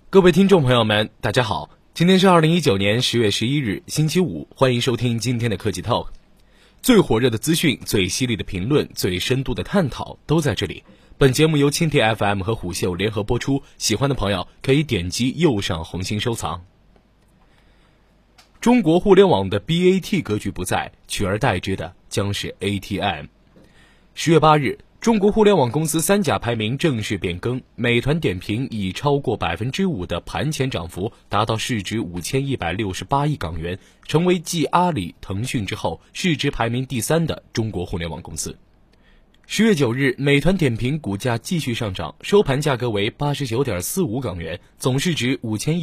各位听众朋友们，大家好，今天是2019年10月11日，星期五，欢迎收听今天的科技 Talk。最火热的资讯、最犀利的评论、最深度的探讨都在这里。本节目由蜻蜓 FM 和虎嗅联合播出，喜欢的朋友可以点击右上红心收藏。中国互联网的 BAT 格局不在，取而代之的将是 ATM。10月8日，中国互联网公司三甲排名正式变更，美团点评以超过 5% 的盘前涨幅，达到市值5168亿港元，成为继阿里、腾讯之后市值排名第3的中国互联网公司。10月9日，美团点评股价继续上涨，收盘价格为 89.45 港元，总市值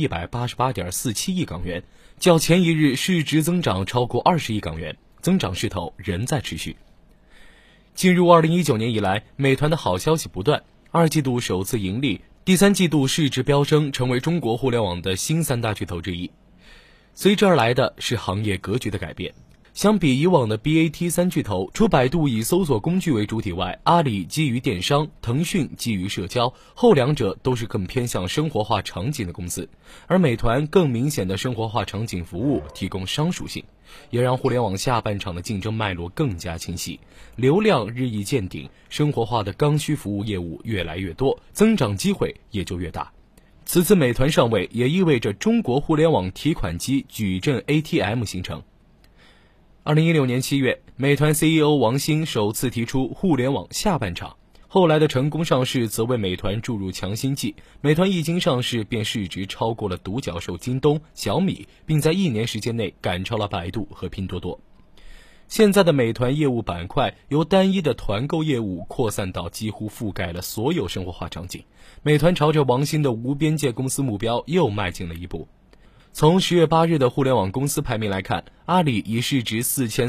5188.47 亿港元，较前一日市值增长超过20亿港元，增长势头仍在持续。进入2019年以来，美团的好消息不断，二季度首次盈利，第三季度市值飙升，成为中国互联网的新3大巨头之一。随之而来的是行业格局的改变。相比以往的 BAT 三巨头，除百度以搜索工具为主体外，阿里基于电商，腾讯基于社交，后两者都是更偏向生活化场景的公司，而美团更明显的生活化场景服务提供商属性，也让互联网下半场的竞争脉络更加清晰，流量日益见顶，生活化的刚需服务业务越来越多，增长机会也就越大。此次美团上位，也意味着中国互联网提款机矩阵 ATM 形成。2016年7月，美团 CEO 王兴首次提出互联网下半场，后来的成功上市则为美团注入强心剂，美团一经上市便市值超过了独角兽京东、小米，并在1年时间内赶超了百度和拼多多。现在的美团业务板块由单一的团购业务扩散到几乎覆盖了所有生活化场景，美团朝着王兴的无边界公司目标又迈进了一步。从10月8日的互联网公司排名来看，阿里以市值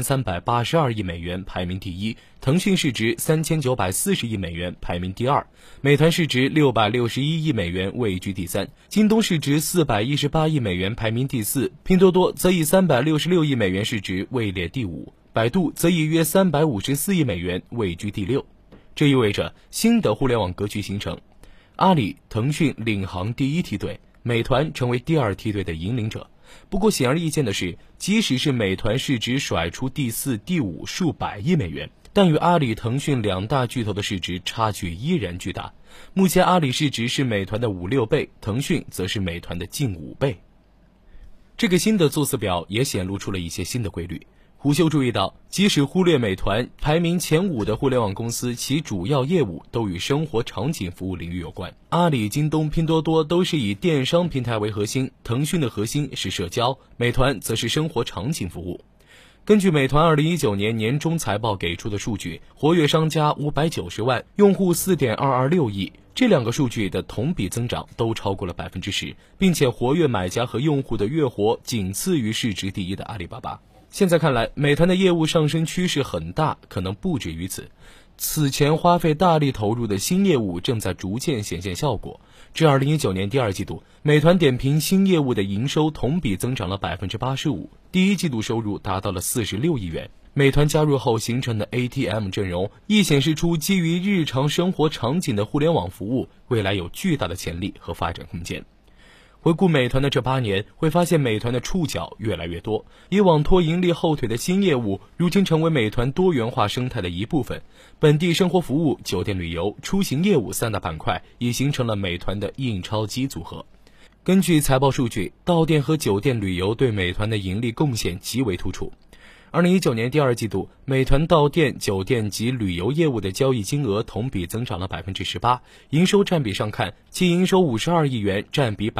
4382亿美元排名第一，腾讯市值3940亿美元排名第二，美团市值661亿美元位居第三，京东市值418亿美元排名第四，拼多多则以366亿美元市值位列第五，百度则以约354亿美元位居第六。这意味着新的互联网格局形成，阿里、腾讯领航第一梯队，美团成为第二梯队的引领者。不过显而易见的是，即使是美团市值甩出第四、第五数百亿美元，但与阿里、腾讯两大巨头的市值差距依然巨大。目前阿里市值是美团的5-6倍，腾讯则是美团的近5倍。这个新的作色表也显露出了一些新的规律。虎嗅注意到，即使忽略美团，排名前5的互联网公司，其主要业务都与生活场景服务领域有关。阿里、京东、拼多多都是以电商平台为核心，腾讯的核心是社交，美团则是生活场景服务。根据美团2019年年中财报给出的数据，活跃商家590万，用户4.226亿，这两个数据的同比增长都超过了 10%， 并且活跃买家和用户的月活仅次于市值第一的阿里巴巴。现在看来，美团的业务上升趋势很大，可能不止于此。此前花费大力投入的新业务正在逐渐显现效果。至2019年第二季度，美团点评新业务的营收同比增长了 85%， 第一季度收入达到了46亿元。美团加入后形成的 ATM 阵容，亦显示出基于日常生活场景的互联网服务，未来有巨大的潜力和发展空间。回顾美团的这8年，会发现美团的触角越来越多，以往拖盈利后腿的新业务，如今成为美团多元化生态的一部分。本地生活服务、酒店旅游、出行业务3大板块，已形成了美团的印钞机组合。根据财报数据，到店和酒店旅游对美团的盈利贡献极为突出。2019年第二季度，美团到店、酒店及旅游业务的交易金额同比增长了 18%， 营收占比上看，其营收52亿元，占比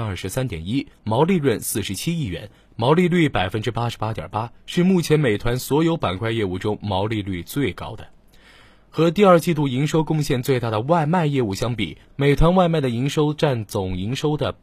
23.1%， 毛利润47亿元，毛利率 88.8%， 是目前美团所有板块业务中毛利率最高的。和第二季度营收贡献最大的外卖业务相比，美团外卖的营收占总营收的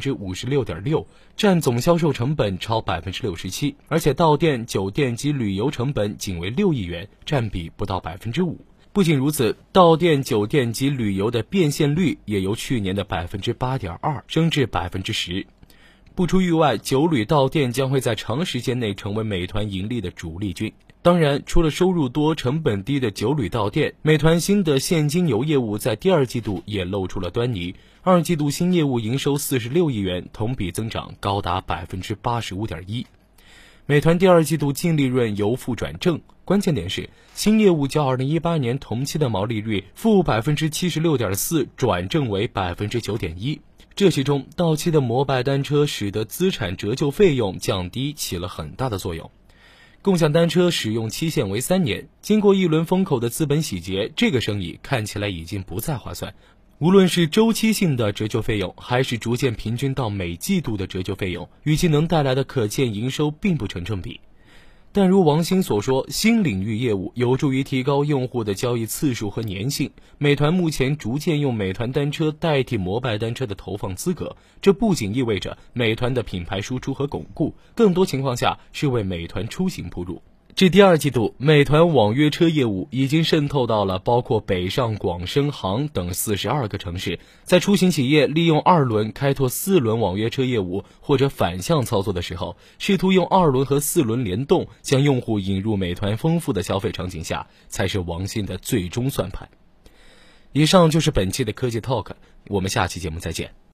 56.6%， 占总销售成本超 67%， 而且到店、酒店及旅游成本仅为6亿元，占比不到 5%。 不仅如此，到店、酒店及旅游的变现率也由去年的 8.2% 升至 10%。不出意外，酒旅到店将会在长时间内成为美团盈利的主力军。 当然，除了收入多、成本低的酒旅到店，美团新的现金游业务在第二季度也露出了端倪。二季度新业务营收46亿元，同比增长高达 85.1%。美团第二季度净利润由负转正，关键点是新业务较2018年同期的毛利率负 76.4% 转正为 9.1%。这其中到期的摩拜单车使得资产折旧费用降低，起了很大的作用。共享单车使用期限为3年，经过一轮风口的资本洗劫，这个生意看起来已经不再划算。无论是周期性的折旧费用，还是逐渐平均到每季度的折旧费用，与其能带来的可见营收并不成正比。但如王兴所说，新领域业务有助于提高用户的交易次数和粘性。美团目前逐渐用美团单车代替摩拜单车的投放资格，这不仅意味着美团的品牌输出和巩固，更多情况下是为美团出行铺路。至第二季度，美团网约车业务已经渗透到了包括北上广深杭等42个城市。在出行企业利用2轮开拓4轮网约车业务或者反向操作的时候，试图用2轮和4轮联动将用户引入美团丰富的消费场景下，才是王兴的最终算盘。以上就是本期的科技 Talk， 我们下期节目再见。